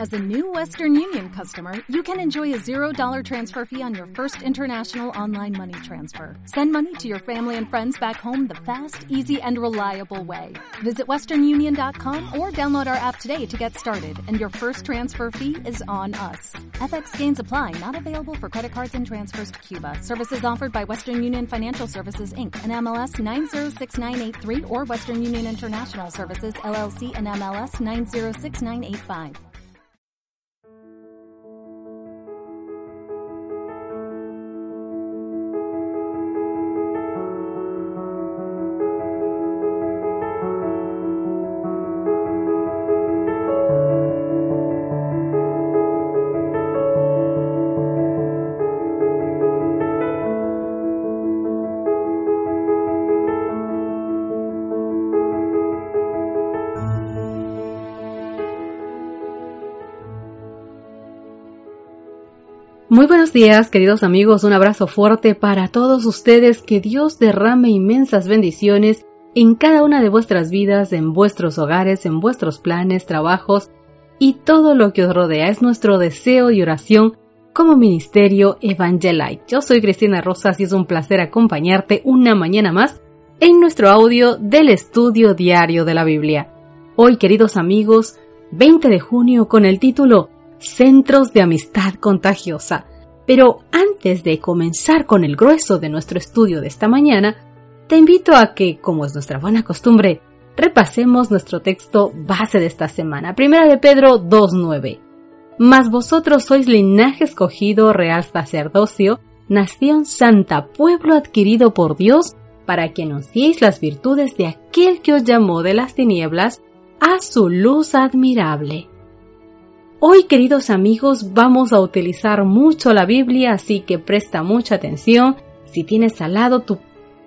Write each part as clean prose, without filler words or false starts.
As a new Western Union customer, you can enjoy a $0 transfer fee on your first international online money transfer. Send money to your family and friends back home the fast, easy, and reliable way. Visit westernunion.com or download our app today to get started, and your first transfer fee is on us. FX gains apply, not available for credit cards and transfers to Cuba. Services offered by Western Union Financial Services, Inc., and MLS 906983, or Western Union International Services, LLC, and MLS 906985. Muy buenos días, queridos amigos, un abrazo fuerte para todos ustedes, que Dios derrame inmensas bendiciones en cada una de vuestras vidas, en vuestros hogares, en vuestros planes, trabajos y todo lo que os rodea. Es nuestro deseo y oración como Ministerio Evangelite. Yo soy Cristina Rosas y es un placer acompañarte una mañana más en nuestro audio del estudio diario de la Biblia. Hoy, queridos amigos, 20 de junio con el título Centros de Amistad Contagiosa. Pero antes de comenzar con el grueso de nuestro estudio de esta mañana, te invito a que, como es nuestra buena costumbre, repasemos nuestro texto base de esta semana. Primera de Pedro 2:9. Mas vosotros sois linaje escogido, real sacerdocio, nación santa, pueblo adquirido por Dios, para que anunciéis las virtudes de aquel que os llamó de las tinieblas a su luz admirable. Hoy, queridos amigos, vamos a utilizar mucho la Biblia, así que presta mucha atención. Si tienes al lado tu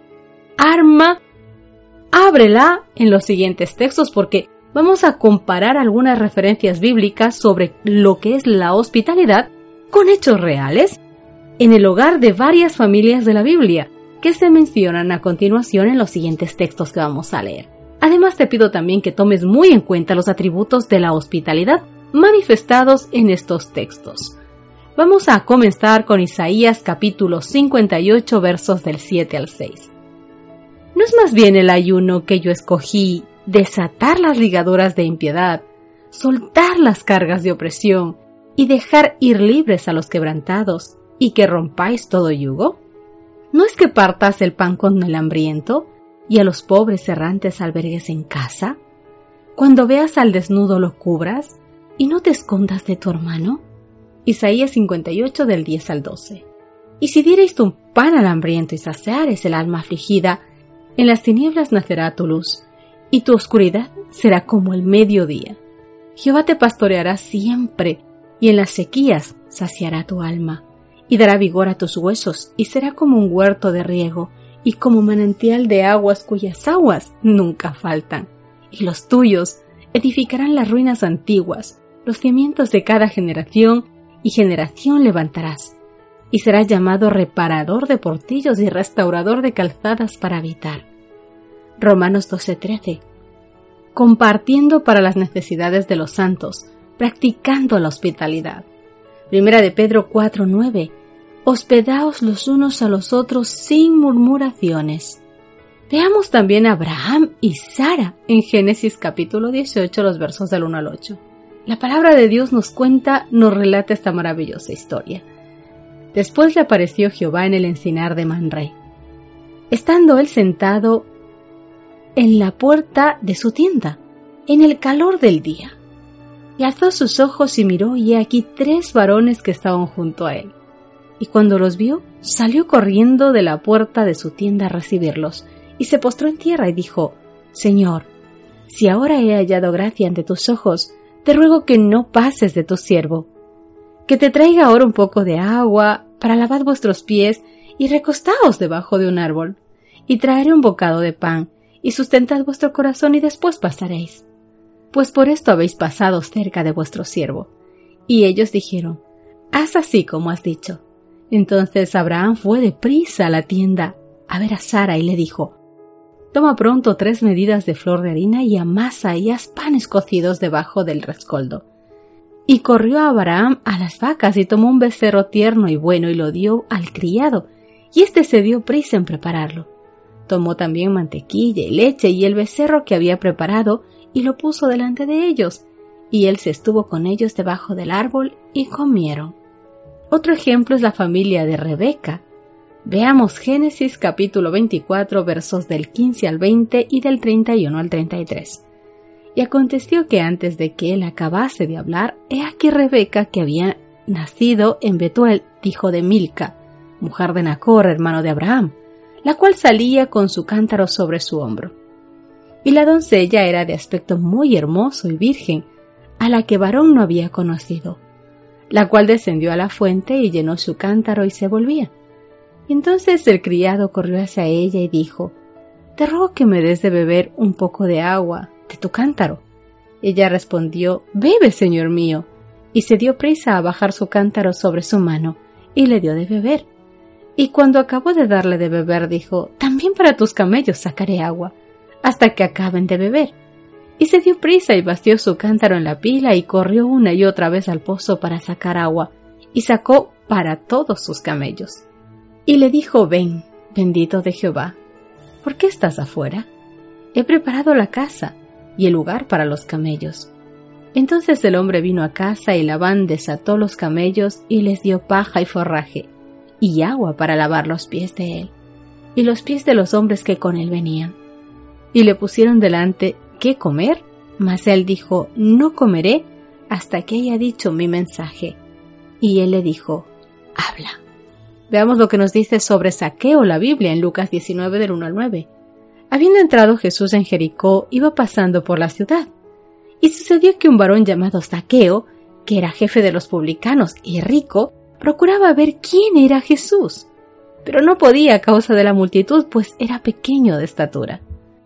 arma, ábrela en los siguientes textos, porque vamos a comparar algunas referencias bíblicas sobre lo que es la hospitalidad con hechos reales en el hogar de varias familias de la Biblia, que se mencionan a continuación en los siguientes textos que vamos a leer. Además, te pido también que tomes muy en cuenta los atributos de la hospitalidad manifestados en estos textos. Vamos a comenzar con Isaías capítulo 58 versos del 7 al 6. ¿No es más bien el ayuno que yo escogí, desatar las ligaduras de impiedad, soltar las cargas de opresión y dejar ir libres a los quebrantados, y que rompáis todo yugo? ¿No es que partas el pan con el hambriento y a los pobres errantes albergues en casa? Cuando veas al desnudo lo cubras y no te escondas de tu hermano. Isaías 58 del 10 al 12. Y si diereis tu pan al hambriento y saciares el alma afligida, en las tinieblas nacerá tu luz, y tu oscuridad será como el mediodía. Jehová te pastoreará siempre, y en las sequías saciará tu alma, y dará vigor a tus huesos, y será como un huerto de riego, y como manantial de aguas cuyas aguas nunca faltan. Y los tuyos edificarán las ruinas antiguas, los cimientos de cada generación y generación levantarás, y serás llamado reparador de portillos y restaurador de calzadas para habitar. Romanos 12:13. Compartiendo para las necesidades de los santos, practicando la hospitalidad. Primera de Pedro 4:9. Hospedaos los unos a los otros sin murmuraciones. Veamos también a Abraham y Sara en Génesis capítulo 18, los versos del 1 al 8. La palabra de Dios nos relata esta maravillosa historia. Después le apareció Jehová en el encinar de Manré, estando él sentado en la puerta de su tienda, en el calor del día. Y alzó sus ojos y miró, y he aquí 3 varones que estaban junto a él. Y cuando los vio, salió corriendo de la puerta de su tienda a recibirlos, y se postró en tierra y dijo: Señor, si ahora he hallado gracia ante tus ojos, te ruego que no pases de tu siervo, que te traiga ahora un poco de agua para lavar vuestros pies y recostaos debajo de un árbol, y traeré un bocado de pan, y sustentad vuestro corazón y después pasaréis, pues por esto habéis pasado cerca de vuestro siervo. Y ellos dijeron: haz así como has dicho. Entonces Abraham fue deprisa a la tienda a ver a Sara y le dijo: toma pronto 3 medidas de flor de harina y amasa y haz panes cocidos debajo del rescoldo. Y corrió Abraham a las vacas y tomó un becerro tierno y bueno y lo dio al criado, y éste se dio prisa en prepararlo. Tomó también mantequilla y leche y el becerro que había preparado y lo puso delante de ellos, y él se estuvo con ellos debajo del árbol y comieron. Otro ejemplo es la familia de Rebeca. Veamos Génesis capítulo 24 versos del 15 al 20 y del 31 al 33. Y aconteció que antes de que él acabase de hablar, he aquí Rebeca, que había nacido en Betuel, hijo de Milca, mujer de Nacor, hermano de Abraham, la cual salía con su cántaro sobre su hombro. Y la doncella era de aspecto muy hermoso y virgen, a la que varón no había conocido, la cual descendió a la fuente y llenó su cántaro y se volvía. Y entonces el criado corrió hacia ella y dijo: «Te ruego que me des de beber un poco de agua de tu cántaro». Ella respondió: «Bebe, señor mío», y se dio prisa a bajar su cántaro sobre su mano, y le dio de beber. Y cuando acabó de darle de beber, dijo: «También para tus camellos sacaré agua, hasta que acaben de beber». Y se dio prisa y vació su cántaro en la pila, y corrió una y otra vez al pozo para sacar agua, y sacó para todos sus camellos. Y le dijo: «Ven, bendito de Jehová, ¿por qué estás afuera? He preparado la casa y el lugar para los camellos». Entonces el hombre vino a casa y Labán desató los camellos y les dio paja y forraje y agua para lavar los pies de él y los pies de los hombres que con él venían. Y le pusieron delante qué comer, mas él dijo: «No comeré hasta que haya dicho mi mensaje». Y él le dijo: «Habla». Veamos lo que nos dice sobre Zaqueo la Biblia en Lucas 19 del 1 al 9. Habiendo entrado Jesús en Jericó, iba pasando por la ciudad. Y sucedió que un varón llamado Zaqueo, que era jefe de los publicanos y rico, procuraba ver quién era Jesús, pero no podía a causa de la multitud, pues era pequeño de estatura.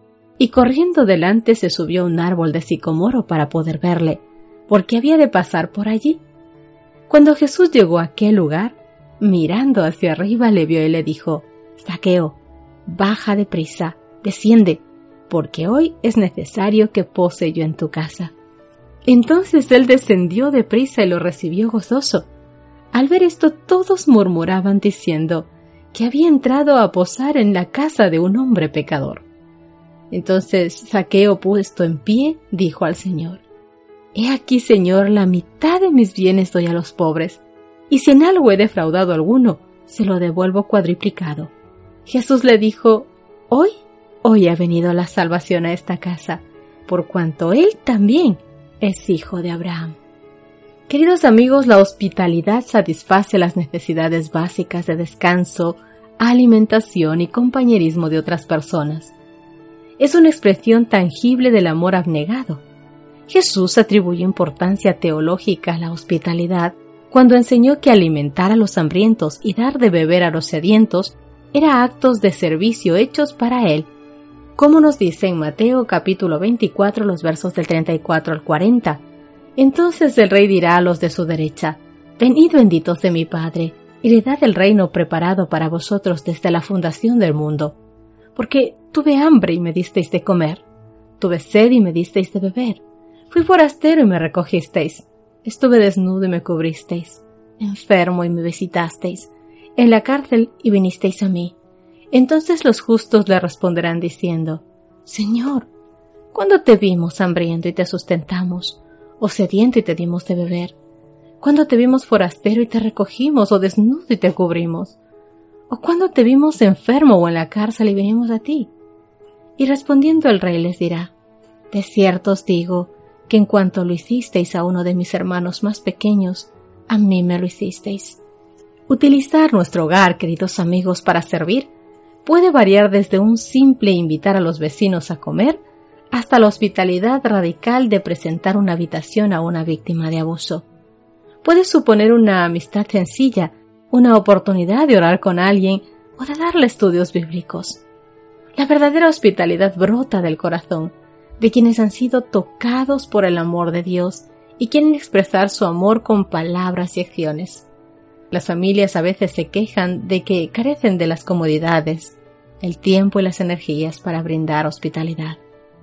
Y corriendo delante se subió a un árbol de sicomoro para poder verle, porque había de pasar por allí. Cuando Jesús llegó a aquel lugar, mirando hacia arriba le vio y le dijo: «Zaqueo, baja deprisa, desciende, porque hoy es necesario que pose yo en tu casa». Entonces él descendió deprisa y lo recibió gozoso. Al ver esto todos murmuraban diciendo que había entrado a posar en la casa de un hombre pecador. Entonces Zaqueo, puesto en pie, dijo al Señor: «He aquí, Señor, la mitad de mis bienes doy a los pobres, y si en algo he defraudado a alguno, se lo devuelvo cuadriplicado». Jesús le dijo: Hoy ha venido la salvación a esta casa, por cuanto él también es hijo de Abraham. Queridos amigos, la hospitalidad satisface las necesidades básicas de descanso, alimentación y compañerismo de otras personas. Es una expresión tangible del amor abnegado. Jesús atribuyó importancia teológica a la hospitalidad cuando enseñó que alimentar a los hambrientos y dar de beber a los sedientos era actos de servicio hechos para Él, como nos dice en Mateo capítulo 24 los versos del 34 al 40. Entonces el rey dirá a los de su derecha: «Venid benditos de mi Padre, heredad el reino preparado para vosotros desde la fundación del mundo. Porque tuve hambre y me disteis de comer, tuve sed y me disteis de beber, fui forastero y me recogisteis, estuve desnudo y me cubristeis, enfermo y me visitasteis, en la cárcel y vinisteis a mí». Entonces los justos le responderán diciendo: «Señor, ¿cuándo te vimos hambriento y te sustentamos, o sediento y te dimos de beber? ¿Cuándo te vimos forastero y te recogimos, o desnudo y te cubrimos? ¿O cuándo te vimos enfermo o en la cárcel y venimos a ti?». Y respondiendo el rey les dirá: «De cierto os digo que en cuanto lo hicisteis a uno de mis hermanos más pequeños, a mí me lo hicisteis». Utilizar nuestro hogar, queridos amigos, para servir puede variar desde un simple invitar a los vecinos a comer hasta la hospitalidad radical de presentar una habitación a una víctima de abuso. Puede suponer una amistad sencilla, una oportunidad de orar con alguien o de darle estudios bíblicos. La verdadera hospitalidad brota del corazón de quienes han sido tocados por el amor de Dios y quieren expresar su amor con palabras y acciones. Las familias a veces se quejan de que carecen de las comodidades, el tiempo y las energías para brindar hospitalidad.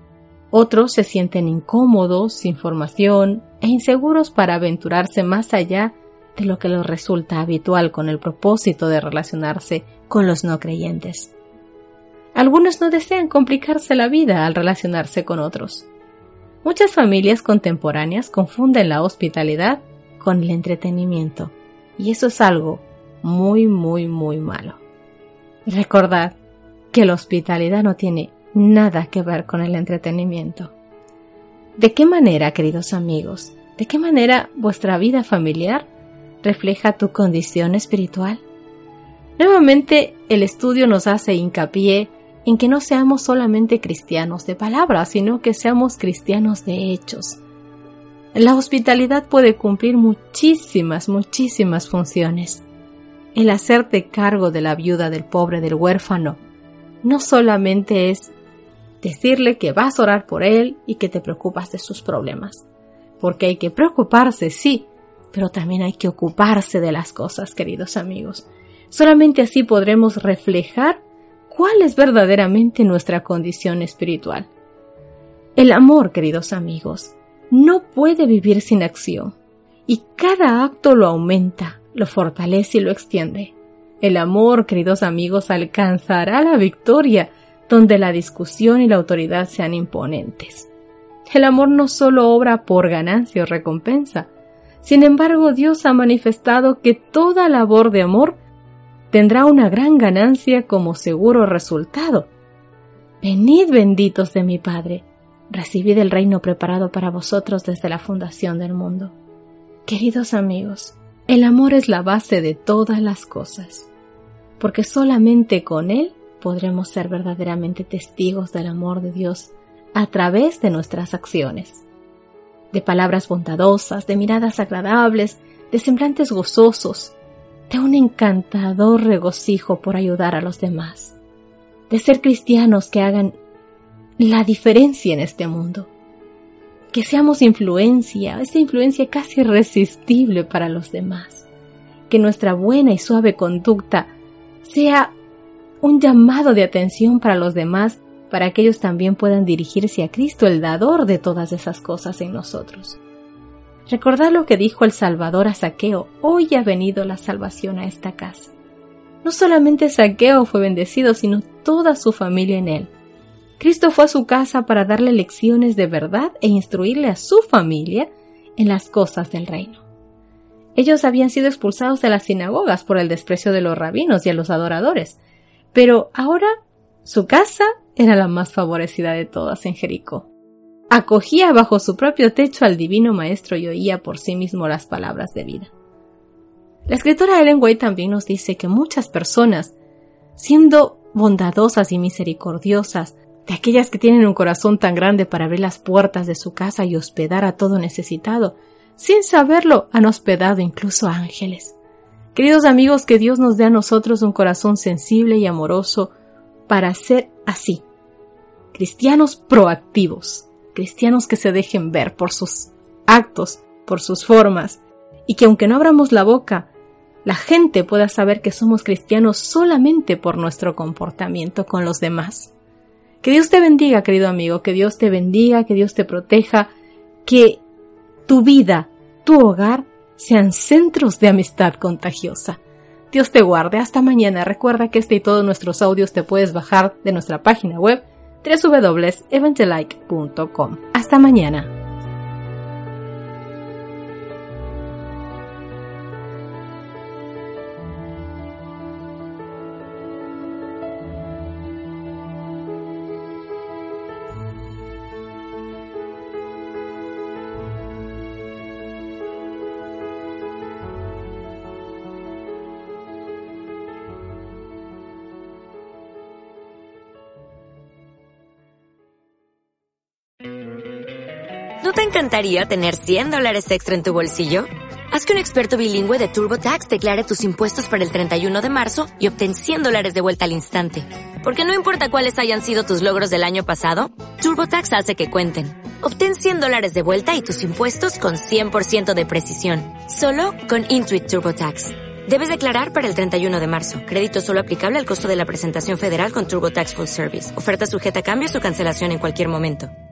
Otros se sienten incómodos, sin formación e inseguros para aventurarse más allá de lo que les resulta habitual con el propósito de relacionarse con los no creyentes. Algunos no desean complicarse la vida al relacionarse con otros. Muchas familias contemporáneas confunden la hospitalidad con el entretenimiento, y eso es algo muy malo. Recordad que la hospitalidad no tiene nada que ver con el entretenimiento. ¿De qué manera, queridos amigos, de qué manera vuestra vida familiar refleja tu condición espiritual? Nuevamente, el estudio nos hace hincapié en que no seamos solamente cristianos de palabra, sino que seamos cristianos de hechos. La hospitalidad puede cumplir muchísimas funciones. El hacerte cargo de la viuda, del pobre, del huérfano, no solamente es decirle que vas a orar por él y que te preocupas de sus problemas. Porque hay que preocuparse, sí, pero también hay que ocuparse de las cosas, queridos amigos. Solamente así podremos reflejar cuál es verdaderamente nuestra condición espiritual. El amor, queridos amigos, no puede vivir sin acción, y cada acto lo aumenta, lo fortalece y lo extiende. El amor, queridos amigos, alcanzará la victoria donde la discusión y la autoridad sean imponentes. El amor no solo obra por ganancia o recompensa. Sin embargo, Dios ha manifestado que toda labor de amor tendrá una gran ganancia como seguro resultado. Venid, benditos de mi Padre, recibid el reino preparado para vosotros desde la fundación del mundo. Queridos amigos, el amor es la base de todas las cosas, porque solamente con él podremos ser verdaderamente testigos del amor de Dios a través de nuestras acciones, de palabras bondadosas, de miradas agradables, de semblantes gozosos, de un encantador regocijo por ayudar a los demás, de ser cristianos que hagan la diferencia en este mundo, que seamos esta influencia casi irresistible para los demás, que nuestra buena y suave conducta sea un llamado de atención para los demás, para que ellos también puedan dirigirse a Cristo, el dador de todas esas cosas en nosotros. Recordad lo que dijo el Salvador a Zaqueo: hoy ha venido la salvación a esta casa. No solamente Zaqueo fue bendecido, sino toda su familia en él. Cristo fue a su casa para darle lecciones de verdad e instruirle a su familia en las cosas del reino. Ellos habían sido expulsados de las sinagogas por el desprecio de los rabinos y a los adoradores, pero ahora su casa era la más favorecida de todas en Jericó. Acogía bajo su propio techo al divino maestro y oía por sí mismo las palabras de vida. La escritora Ellen White también nos dice que muchas personas, siendo bondadosas y misericordiosas, de aquellas que tienen un corazón tan grande para abrir las puertas de su casa y hospedar a todo necesitado, sin saberlo han hospedado incluso a ángeles. Queridos amigos, que Dios nos dé a nosotros un corazón sensible y amoroso para ser así. Cristianos proactivos, cristianos que se dejen ver por sus actos, por sus formas, y que aunque no abramos la boca, la gente pueda saber que somos cristianos solamente por nuestro comportamiento con los demás. Que Dios te bendiga, querido amigo, que Dios te bendiga, que Dios te proteja, que tu vida, tu hogar sean centros de amistad contagiosa. Dios te guarde. Hasta mañana. Recuerda que este y todos nuestros audios te puedes bajar de nuestra página web www.evangelike.com. Hasta mañana. ¿No te encantaría tener $100 extra en tu bolsillo? Haz que un experto bilingüe de TurboTax declare tus impuestos para el 31 de marzo y obtén $100 de vuelta al instante. Porque no importa cuáles hayan sido tus logros del año pasado, TurboTax hace que cuenten. Obtén $100 de vuelta y tus impuestos con 100% de precisión. Solo con Intuit TurboTax. Debes declarar para el 31 de marzo. Crédito solo aplicable al costo de la presentación federal con TurboTax Full Service. Oferta sujeta a cambios o cancelación en cualquier momento.